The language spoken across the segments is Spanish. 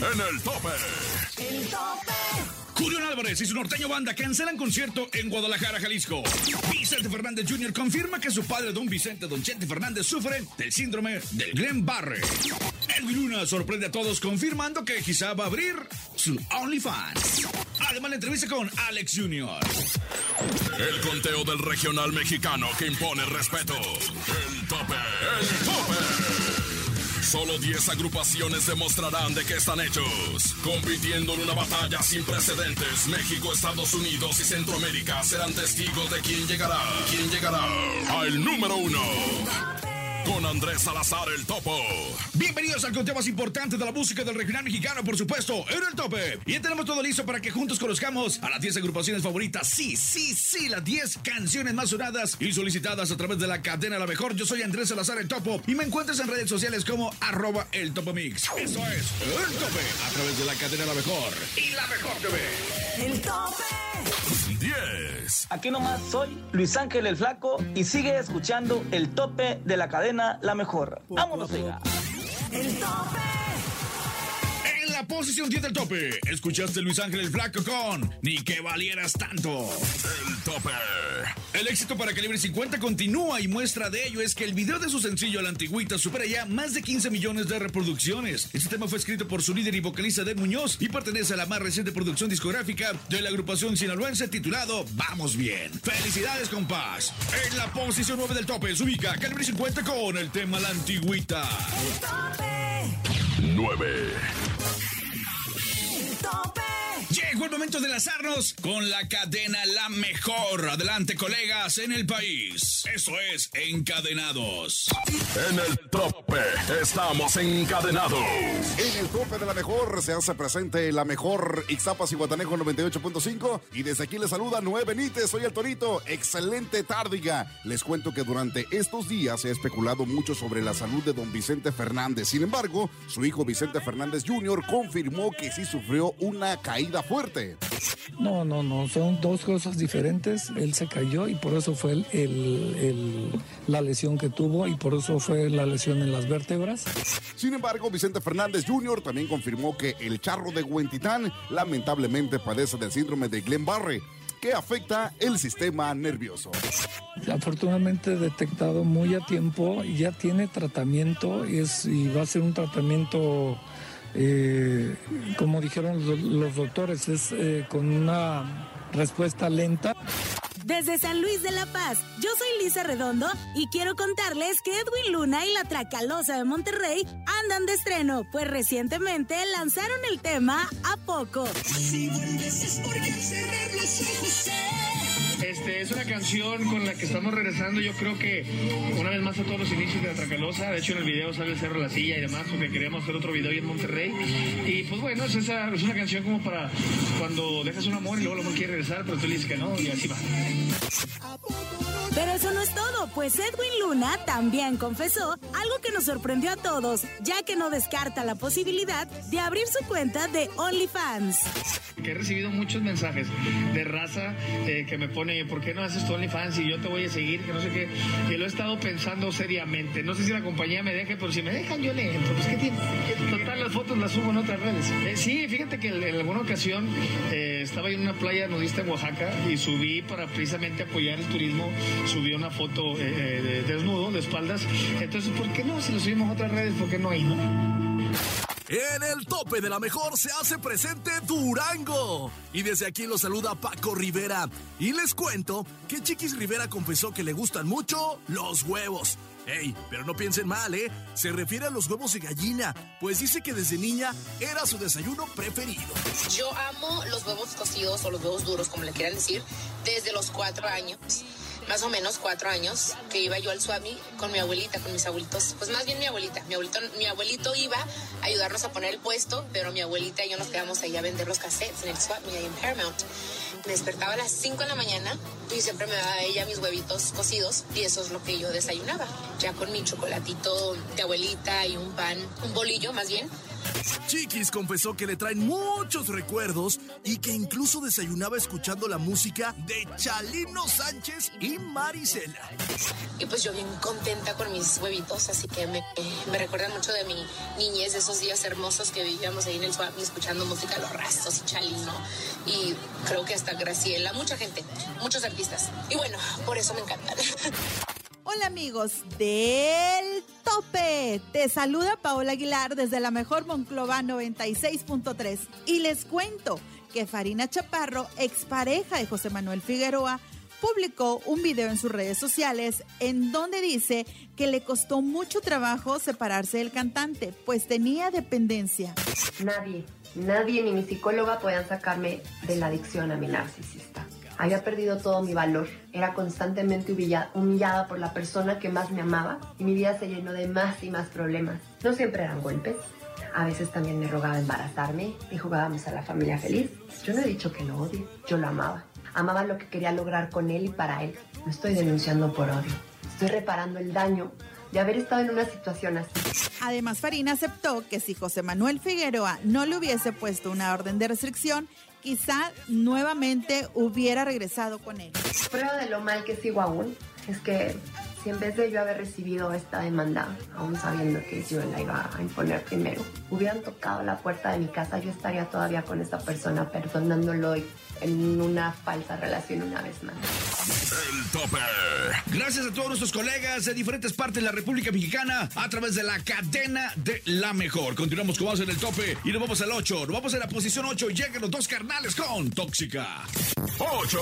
en el tope. El tope. Julián Álvarez y su norteño banda cancelan concierto en Guadalajara, Jalisco. Vicente Fernández Jr. confirma que su padre, don Vicente, don Chente Fernández, sufre del síndrome del Guillain-Barré. Edwin Luna sorprende a todos confirmando que quizá va a abrir su OnlyFans. Además, la entrevista con Alex Jr. El conteo del regional mexicano que impone respeto. El tope, el tope. Solo 10 agrupaciones demostrarán de qué están hechos. Compitiendo en una batalla sin precedentes, México, Estados Unidos y Centroamérica serán testigos de quién llegará al número 1. Con Andrés Salazar, el Topo. Bienvenidos al conteo más importante de la música del regional mexicano, por supuesto, en el tope. Y ya tenemos todo listo para que juntos conozcamos a las 10 agrupaciones favoritas. Sí, las 10 canciones más sonadas y solicitadas a través de la cadena La Mejor. Yo soy Andrés Salazar, el Topo, y me encuentras en redes sociales como @eltopomix. Eso es, el tope, a través de la cadena La Mejor y La Mejor TV. El tope. 10. Aquí nomás soy Luis Ángel el Flaco y sigue escuchando el tope de la cadena La Mejor. ¡Vámonos, oiga! El tope. En la posición 10 del tope, escuchaste Luis Ángel el Flaco con Ni que valieras tanto. El tope. El éxito para Calibre 50 continúa y muestra de ello es que el video de su sencillo La Antigüita supera ya más de 15 millones de reproducciones. Este tema fue escrito por su líder y vocalista Ed Muñoz y pertenece a la más reciente producción discográfica de la agrupación sinaloense titulado Vamos Bien. ¡Felicidades, compás! En la posición 9 del tope se ubica Calibre 50 con el tema La Antigüita. El tope. 9. El tope. Llegó el momento de enlazarnos con la cadena La Mejor. Adelante, colegas, en el país. Eso es Encadenados. En el tope estamos encadenados. En el tope de La Mejor se hace presente La Mejor Ixtapas y Guatanejo 98.5 y desde aquí les saluda Noé Benítez, soy el Torito. Excelente tardiga. Les cuento que durante estos días se ha especulado mucho sobre la salud de don Vicente Fernández. Sin embargo, su hijo Vicente Fernández Jr. confirmó que sí sufrió una caída fuerte. No, son dos cosas diferentes. Él se cayó y por eso fue la lesión que tuvo y por eso fue la lesión en las vértebras. Sin embargo, Vicente Fernández Jr. también confirmó que el charro de Huentitán lamentablemente padece del síndrome de Guillain-Barré, que afecta el sistema nervioso. Afortunadamente detectado muy a tiempo, ya tiene tratamiento y va a ser un tratamiento, como dijeron los doctores, es con una respuesta lenta. Desde San Luis de la Paz, yo soy Lisa Redondo y quiero contarles que Edwin Luna y la Tracalosa de Monterrey andan de estreno, pues recientemente lanzaron el tema ¿A poco? Si vuelves es porque al cerrar los ojos Es una canción con la que estamos regresando, yo creo que una vez más a todos los inicios de la Tracalosa. De hecho, en el video sale el Cerro La Silla y demás, porque queríamos hacer otro video ahí en Monterrey. Y pues bueno, es una canción como para cuando dejas un amor y luego el amor quiere regresar, pero tú le dices que no, y así va. Pero eso no es todo, pues Edwin Luna también confesó algo que nos sorprendió a todos, ya que no descarta la posibilidad de abrir su cuenta de OnlyFans. Que he recibido muchos mensajes de raza que me pone, ¿por qué no haces tu OnlyFans y yo te voy a seguir? Que no sé qué. Que lo he estado pensando seriamente. No sé si la compañía me deje, pero si me dejan yo le entro. Pues ¿qué tiene? Total, las fotos las subo en otras redes. Sí, fíjate que en alguna ocasión estaba en una playa nudista en Oaxaca y subí para precisamente apoyar el turismo. Subí una foto desnudo, de espaldas. Entonces, ¿por qué no? Si lo subimos a otras redes, ¿por qué no ahí, no? En el tope de La Mejor se hace presente Durango. Y desde aquí lo saluda Paco Rivera. Y les cuento que Chiquis Rivera confesó que le gustan mucho los huevos. Ey, pero no piensen mal, ¿eh? Se refiere a los huevos de gallina, pues dice que desde niña era su desayuno preferido. Yo amo los huevos cocidos o los huevos duros, como le quieran decir, desde los 4 años. Más o menos 4 años, que iba yo al Swami con mi abuelita, con mis abuelitos. Pues más bien mi abuelita. Mi abuelito iba a ayudarnos a poner el puesto, pero mi abuelita y yo nos quedamos ahí a vender los cassettes en el Swami, ahí en Paramount. Me despertaba a las 5 de la mañana y siempre me daba ella mis huevitos cocidos y eso es lo que yo desayunaba. Ya con mi chocolatito de abuelita y un pan, un bolillo más bien. Chiquis confesó que le traen muchos recuerdos y que incluso desayunaba escuchando la música de Chalino Sánchez y Marisela. Y pues yo bien contenta con mis huevitos, así que me recuerdan mucho de mi niñez, de esos días hermosos que vivíamos ahí en el Swami escuchando música Los Rastos y Chalino. Y creo que hasta Graciela, mucha gente, muchos artistas. Y bueno, por eso me encantan. Hola amigos del Tope, te saluda Paola Aguilar desde la mejor Monclova 96.3 y les cuento que Farina Chaparro, expareja de José Manuel Figueroa, publicó un video en sus redes sociales en donde dice que le costó mucho trabajo separarse del cantante, pues tenía dependencia. Nadie ni mi psicóloga podían sacarme de la adicción a mi narcisista. Había perdido todo mi valor, era constantemente humillada por la persona que más me amaba y mi vida se llenó de más y más problemas. No siempre eran golpes, a veces también me rogaba embarazarme y jugábamos a la familia feliz. Yo no he dicho que lo odie, yo lo amaba. Amaba lo que quería lograr con él y para él. No estoy denunciando por odio, estoy reparando el daño de haber estado en una situación así. Además, Farina aceptó que si José Manuel Figueroa no le hubiese puesto una orden de restricción, quizá nuevamente hubiera regresado con él. Prueba de lo mal que sigo aún es que si en vez de yo haber recibido esta demanda, aún sabiendo que yo la iba a imponer primero, hubieran tocado la puerta de mi casa, yo estaría todavía con esa persona perdonándolo en una falsa relación una vez más. El Tope. Gracias a todos nuestros colegas de diferentes partes de la República Mexicana a través de la cadena de La Mejor. Continuamos con más en el Tope y nos vamos al 8. Nos vamos a la posición 8 y llegan los dos carnales con Tóxica. 8.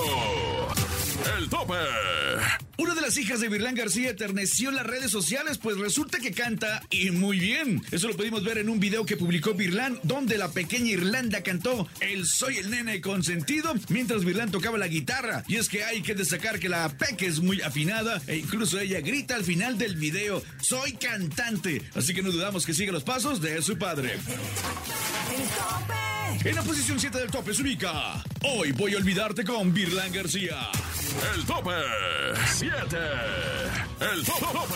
El Tope. Una de las hijas de Virlán García eterneció en las redes sociales, pues resulta que canta y muy bien. Eso lo pudimos ver en un video que publicó Virlán, donde la pequeña Irlanda cantó el Soy el Nene Consentido, mientras Virlán tocaba la guitarra. Y es que hay que destacar que la Peque es muy afinada e incluso ella grita al final del video, soy cantante. Así que no dudamos que siga los pasos de su padre. El Tope. En la posición 7 del Tope se ubica Hoy Voy a Olvidarte con Virlán García. El Tope 7. El Tope.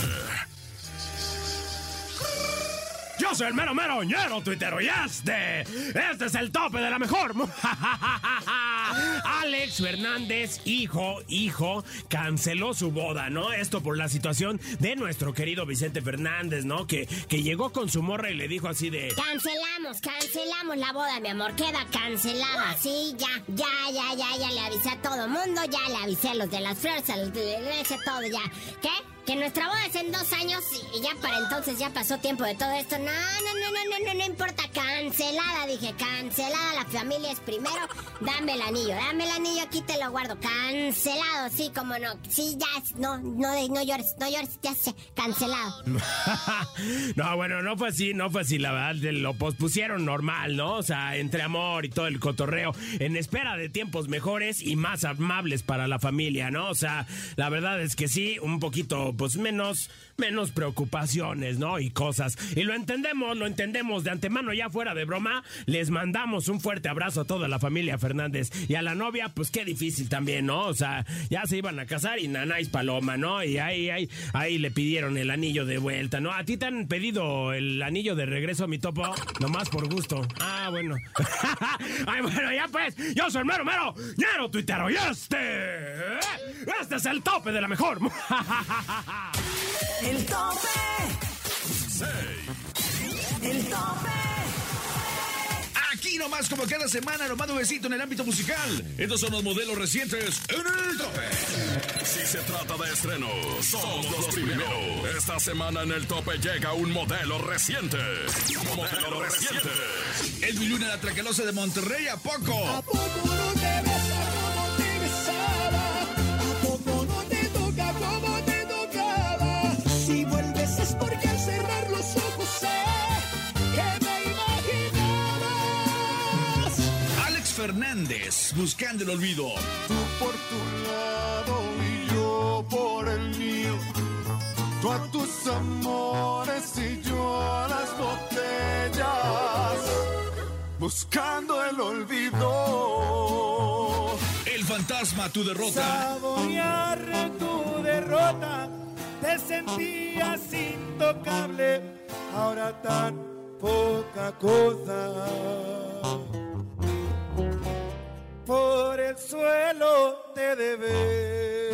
Yo soy el mero ñero tuitero y este es el Tope de la Mejor. Alex Fernández, hijo, canceló su boda, ¿no? Esto por la situación de nuestro querido Vicente Fernández, ¿no? Que llegó con su morra y le dijo así de... Cancelamos la boda, mi amor, queda cancelada, sí, ya le avisé a todo mundo, ya le avisé a los de las flores, a los de la iglesia, todo ya. ¿Qué? Que nuestra boda es en 2 años y ya para entonces ya pasó tiempo de todo esto. No importa, cancelada, dije, cancelada, la familia es primero. Dame el anillo, aquí te lo guardo. Cancelado, sí, como no. Sí, ya, no llores, ya sé, cancelado. No, bueno, no fue así, la verdad, lo pospusieron normal, ¿no? O sea, entre amor y todo el cotorreo, en espera de tiempos mejores y más amables para la familia, ¿no? O sea, la verdad es que sí, un poquito, pues menos preocupaciones, ¿no? Y cosas. Y lo entendemos de antemano, ya fuera de broma. Les mandamos un fuerte abrazo a toda la familia Fernández. Y a la novia, pues qué difícil también, ¿no? O sea, ya se iban a casar y nanáis paloma, ¿no? Y ahí le pidieron el anillo de vuelta, ¿no? ¿A ti te han pedido el anillo de regreso, mi topo? Nomás por gusto. Ah, bueno. Ay, bueno, ya pues. Yo soy el mero ñero tuitero y este es el Tope de la Mejor. El Tope. 6. El Tope. Aquí nomás, como cada semana, lo más nuevecito en el ámbito musical. Estos son los modelos recientes en el Tope. Si se trata de estrenos, somos los primeros. Esta semana en el Tope llega un modelo reciente. Edwin Luna, la Tracalosa de Monterrey, ¿a poco? ¿A poco no te besa como te besaba? ¿A poco no te toca como te tocaba? Si vuelves es porque al cerrar los ojos sé que me imaginabas. Alex Fernández, Buscando el Olvido. Tú por tu lado y yo por el mío. Tú a tus amores y yo a las botellas. Buscando el olvido. El fantasma, tu derrota. Saborear tu derrota. Te sentías intocable. Ahora tan poca una cosa. Por el suelo te debe.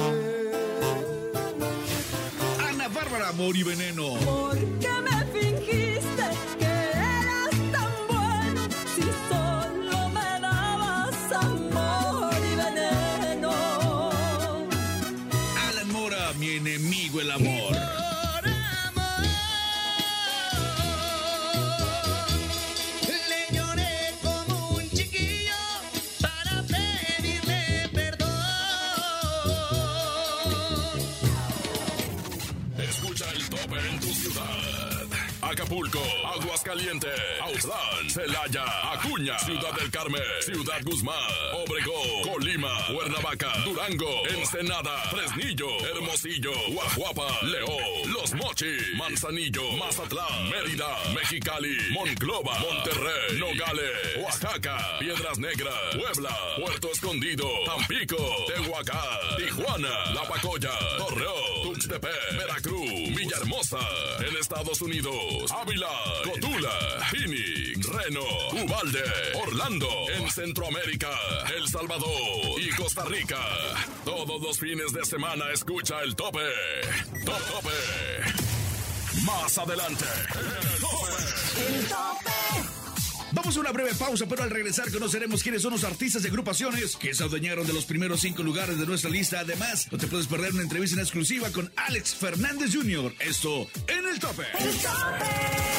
Ana Bárbara, Amor y Veneno. ¿Por qué me fingiste que eras tan bueno si solo me dabas amor y veneno? Alan Mora, mi enemigo el amor. Le lloré como un chiquillo para pedirle perdón. Escucha el tope en tu ciudad. Acapulco, Aguascalientes, Autlán, Celaya, Acuña, Ciudad del Carmen, Ciudad Guzmán, Obregón, Colima, Cuernavaca, Durango, Ensenada, Fresnillo, Hermosillo, Guajuapa, León, Los Mochis, Manzanillo, Mazatlán, Mérida, Mexicali, Monclova, Monterrey, Nogales, Oaxaca, Piedras Negras, Puebla, Puerto Escondido, Tampico, Tehuacán, Tijuana, La Pacoya, Torreón, Tuxtepec, Veracruz, Villahermosa, en Estados Unidos, Ávila, Cotula, Phoenix, Reno, Uvalde, Orlando, en Centroamérica, El Salvador y Costa Rica. Todos los fines de semana escucha el tope. Tope. Más adelante, el tope. El tope. Vamos a una breve pausa, pero al regresar conoceremos quiénes son los artistas y agrupaciones que se adueñaron de los primeros 5 lugares de nuestra lista. Además, no te puedes perder una entrevista en exclusiva con Alex Fernández Jr. Esto en el tope. El tope.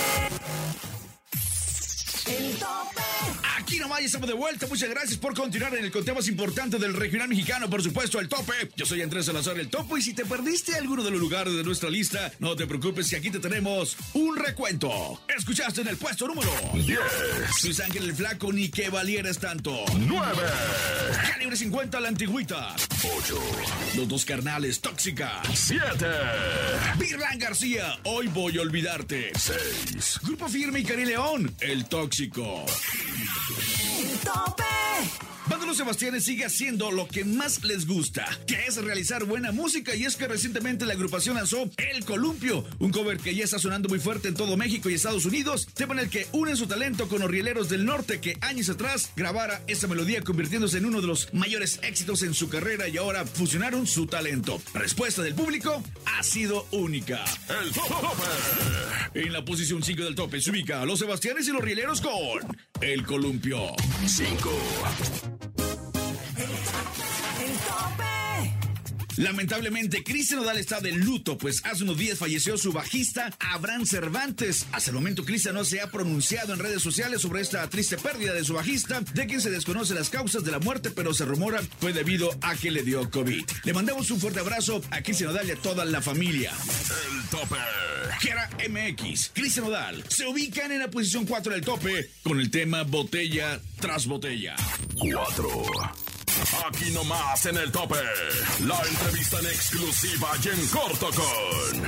El tope. Aquí nomás ya estamos de vuelta. Muchas gracias por continuar en el conteo más importante del regional mexicano, por supuesto, el tope. Yo soy Andrés Salazar, el topo, y si te perdiste alguno de los lugares de nuestra lista, no te preocupes, que aquí te tenemos un recuento. Escuchaste en el puesto número 10. Luis Ángel el Flaco, ni que valieras tanto. 9. Calibre 50, La Antigüita. 8. Los Dos Carnales, Tóxica. 7. Virlán García, Hoy Voy a Olvidarte. 6. Grupo Firme y Cari León, El Tóxico. El tope. Banda Los Sebastianes sigue haciendo lo que más les gusta, que es realizar buena música, y es que recientemente la agrupación lanzó El Columpio, un cover que ya está sonando muy fuerte en todo México y Estados Unidos, tema en el que unen su talento con los rieleros del norte que años atrás grabara esta melodía convirtiéndose en uno de los mayores éxitos en su carrera, y ahora fusionaron su talento. La respuesta del público ha sido única. El tope. En la posición 5 del tope se ubica Los Sebastianes y los rieleros con El Columpio. 5. El tope. Lamentablemente, Cristian Nodal está de luto, pues hace unos días falleció su bajista, Abraham Cervantes. Hasta el momento, Cristian no se ha pronunciado en redes sociales sobre esta triste pérdida de su bajista, de quien se desconoce las causas de la muerte, pero se rumora fue debido a que le dio COVID. Le mandamos un fuerte abrazo a Cristian Nodal y a toda la familia. El tope. Gera MX, Cristian Nodal se ubican en la posición 4 del tope con el tema Botella tras Botella. 4. Aquí nomás en el tope, la entrevista en exclusiva y en corto con...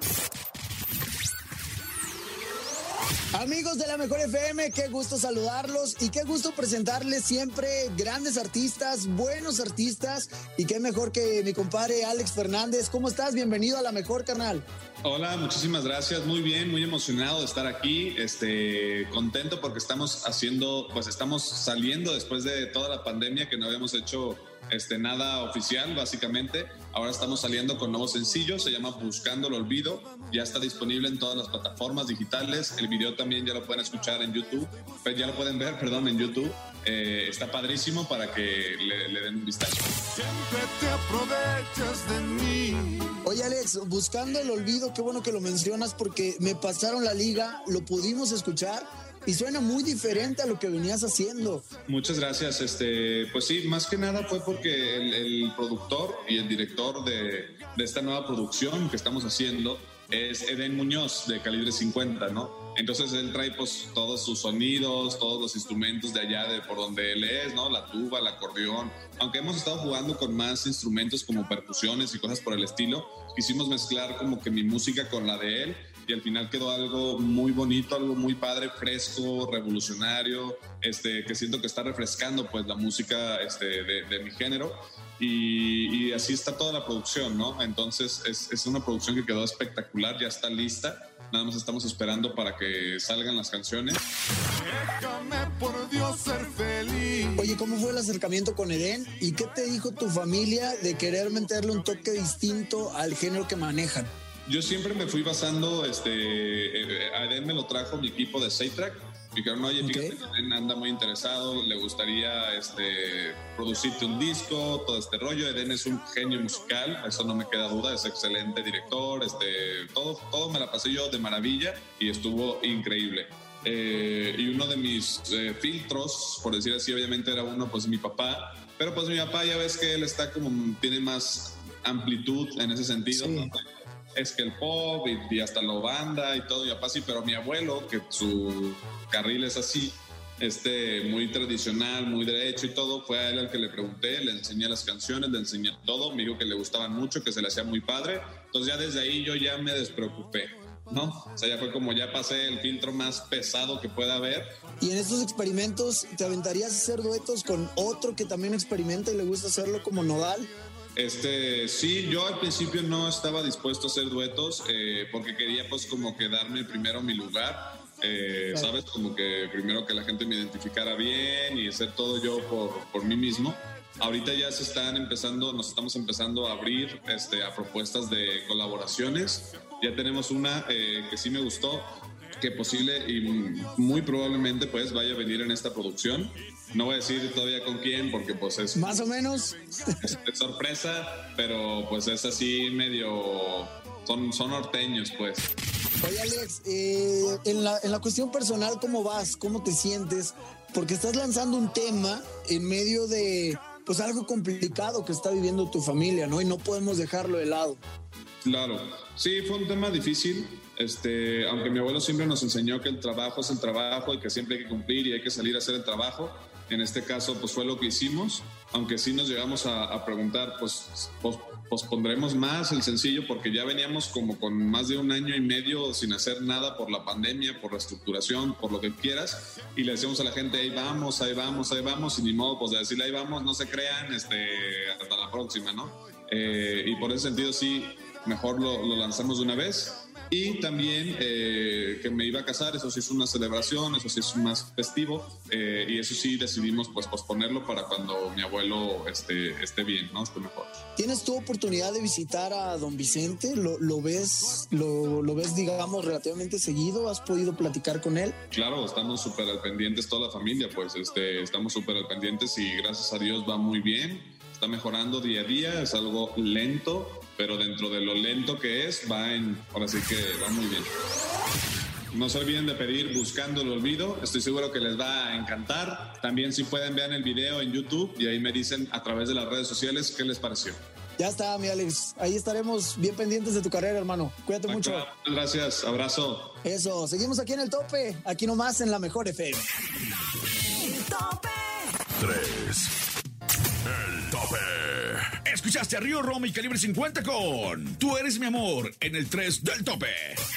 Amigos de la Mejor FM, qué gusto saludarlos y qué gusto presentarles siempre grandes artistas, buenos artistas, y qué mejor que mi compadre Alex Fernández. ¿Cómo estás? Bienvenido a La Mejor, carnal. Hola, muchísimas gracias. Muy bien, muy emocionado de estar aquí. Contento porque estamos saliendo después de toda la pandemia, que no habíamos hecho nada oficial, básicamente. Ahora estamos saliendo con nuevos sencillos, se llama Buscando el Olvido. Ya está disponible en todas las plataformas digitales. El video también ya lo pueden escuchar en YouTube. Ya lo pueden ver, en YouTube. Está padrísimo para que le den un vistazo. Siempre te aprovechas de mí. Oye, Alex, Buscando el Olvido, qué bueno que lo mencionas porque me pasaron la liga, lo pudimos escuchar y suena muy diferente a lo que venías haciendo. Muchas gracias. Pues sí, más que nada fue porque el productor y el director de esta nueva producción que estamos haciendo es Eden Muñoz, de Calibre 50, ¿no? Entonces él trae pues todos sus sonidos, todos los instrumentos de allá, de por donde él es, ¿no? La tuba, el acordeón. Aunque hemos estado jugando con más instrumentos como percusiones y cosas por el estilo, quisimos mezclar como que mi música con la de él, y al final quedó algo muy bonito, algo muy padre, fresco, revolucionario, que siento que está refrescando pues la música de mi género. Y así está toda la producción, ¿no? Entonces es una producción que quedó espectacular, ya está lista. nada más estamos esperando para que salgan las canciones. Déjame por Dios ser feliz. Oye, ¿cómo fue el acercamiento con Edén? ¿Y qué te dijo tu familia de querer meterle un toque distinto al género que manejan? Yo siempre me fui basando, a Edén me lo trajo mi equipo de Seitrack. Me dijeron, oye, fíjate que Edén anda muy interesado, le gustaría producirte un disco, todo este rollo. Edén es un genio musical, eso no me queda duda, es excelente director, todo me la pasé yo de maravilla y estuvo increíble. Y uno de mis filtros, por decir así, obviamente era uno, pues mi papá, pero pues mi papá ya ves que él tiene más amplitud en ese sentido, ¿no? Es que el pop y hasta la banda y todo, y papá sí, pero mi abuelo, que su carril es así, muy tradicional, muy derecho y todo, fue a él al que le pregunté, le enseñé las canciones, le enseñé todo, me dijo que le gustaban mucho, que se le hacía muy padre, entonces ya desde ahí yo ya me despreocupé, ¿no? O sea, ya fue como ya pasé el filtro más pesado que pueda haber. Y en estos experimentos, ¿te aventarías a hacer duetos con otro que también experimenta y le gusta hacerlo como Nodal? Sí, yo al principio no estaba dispuesto a hacer duetos porque quería pues como que darme primero mi lugar, ¿sabes? Como que primero que la gente me identificara bien y hacer todo yo por mí mismo. Ahorita ya nos estamos empezando a abrir a propuestas de colaboraciones. Ya tenemos una que sí me gustó, que posible y muy probablemente pues vaya a venir en esta producción. No voy a decir todavía con quién porque pues es... Más o menos. Es sorpresa, pero pues es así medio... Son norteños pues. Oye Alex, en la cuestión personal, ¿cómo vas? ¿Cómo te sientes? Porque estás lanzando un tema en medio de pues algo complicado que está viviendo tu familia, ¿no? Y no podemos dejarlo de lado. Claro, sí, fue un tema difícil, aunque mi abuelo siempre nos enseñó que el trabajo es el trabajo y que siempre hay que cumplir y hay que salir a hacer el trabajo. En este caso, pues fue lo que hicimos, aunque sí nos llegamos a preguntar, pues pondremos más el sencillo porque ya veníamos como con más de 1 año y medio sin hacer nada por la pandemia, por la estructuración, por lo que quieras, y le decíamos a la gente, ahí vamos, y ni modo, pues de decirle ahí vamos, no se crean, hasta la próxima, ¿no? Y por ese sentido sí, mejor lo lanzamos de una vez. Y también que me iba a casar, eso sí es una celebración, eso sí es más festivo, y eso sí decidimos pues posponerlo para cuando mi abuelo esté bien, ¿no? Esté mejor. ¿Tienes tu oportunidad de visitar a don Vicente? ¿Lo ves, digamos, relativamente seguido? ¿Has podido platicar con él? Claro, estamos súper al pendientes, toda la familia, pues estamos súper al pendientes y gracias a Dios va muy bien, está mejorando día a día, es algo lento, pero dentro de lo lento que es, ahora sí que va muy bien. No se olviden de pedir Buscando el Olvido, estoy seguro que les va a encantar. También si pueden vean el video en YouTube y ahí me dicen a través de las redes sociales qué les pareció. Ya está, mi Alex, ahí estaremos bien pendientes de tu carrera, hermano. Cuídate mucho. Muchas gracias, abrazo. Eso, seguimos aquí en El Tope, aquí nomás en La Mejor FM. El Tope. 3. El Tope. Escuchaste a Río Roma y Calibre 50 con Tú eres mi amor en el 3 del Tope.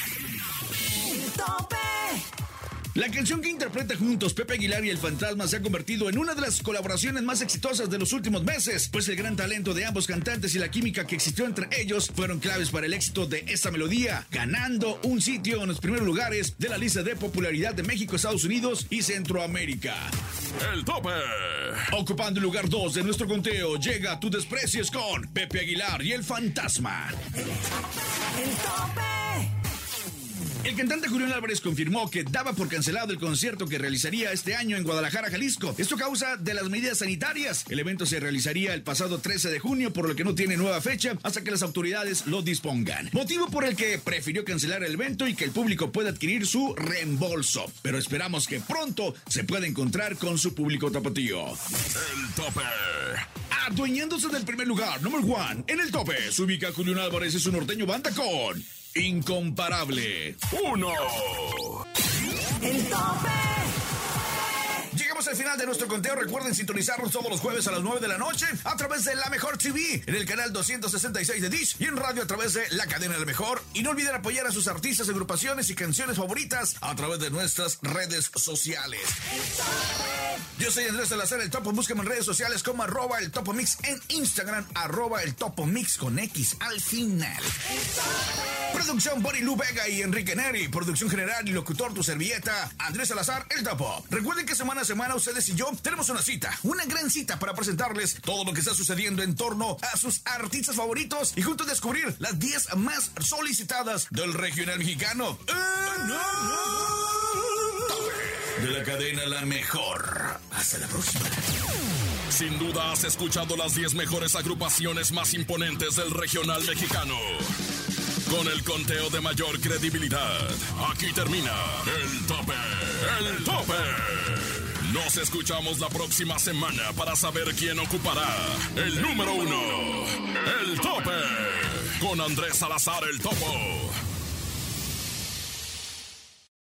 El Tope. La canción que interpreta juntos Pepe Aguilar y El Fantasma se ha convertido en una de las colaboraciones más exitosas de los últimos meses, pues el gran talento de ambos cantantes y la química que existió entre ellos fueron claves para el éxito de esta melodía, ganando un sitio en los primeros lugares de la lista de popularidad de México, Estados Unidos y Centroamérica. El Tope. Ocupando el lugar 2 de nuestro conteo llega Tu Desprecies con Pepe Aguilar y El Fantasma. El Tope. El cantante Julián Álvarez confirmó que daba por cancelado el concierto que realizaría este año en Guadalajara, Jalisco. Esto a causa de las medidas sanitarias. El evento se realizaría el pasado 13 de junio, por lo que no tiene nueva fecha hasta que las autoridades lo dispongan. Motivo por el que prefirió cancelar el evento y que el público pueda adquirir su reembolso. Pero esperamos que pronto se pueda encontrar con su público tapatío. El Tope. Adueñándose del primer lugar, number 1, en el Tope, se ubica Julián Álvarez y su norteño banda con Incomparable. 1. El Tope. Llegamos al final de nuestro conteo. Recuerden sintonizarnos todos los jueves a las 9 de la noche a través de La Mejor TV, en el canal 266 de Dish y en radio a través de la cadena La Mejor. Y no olviden apoyar a sus artistas, agrupaciones y canciones favoritas a través de nuestras redes sociales. Yo soy Andrés Salazar, el Topo. Búscame en redes sociales como @elTopoMix, en Instagram @elTopoMix con X al final. Producción Borilu Vega y Enrique Neri. Producción general y locutor tu servilleta, Andrés Salazar, el Topo. Recuerden que semana a semana ustedes y yo tenemos una cita, una gran cita para presentarles todo lo que está sucediendo en torno a sus artistas favoritos y juntos descubrir las 10 más solicitadas del regional mexicano. De la cadena La Mejor. Hasta la próxima. Sin duda has escuchado las 10 mejores agrupaciones más imponentes del regional mexicano. Con el conteo de mayor credibilidad, aquí termina el tope. ¡El tope! Nos escuchamos la próxima semana para saber quién ocupará el número 1. El tope. Con Andrés Salazar, el Topo.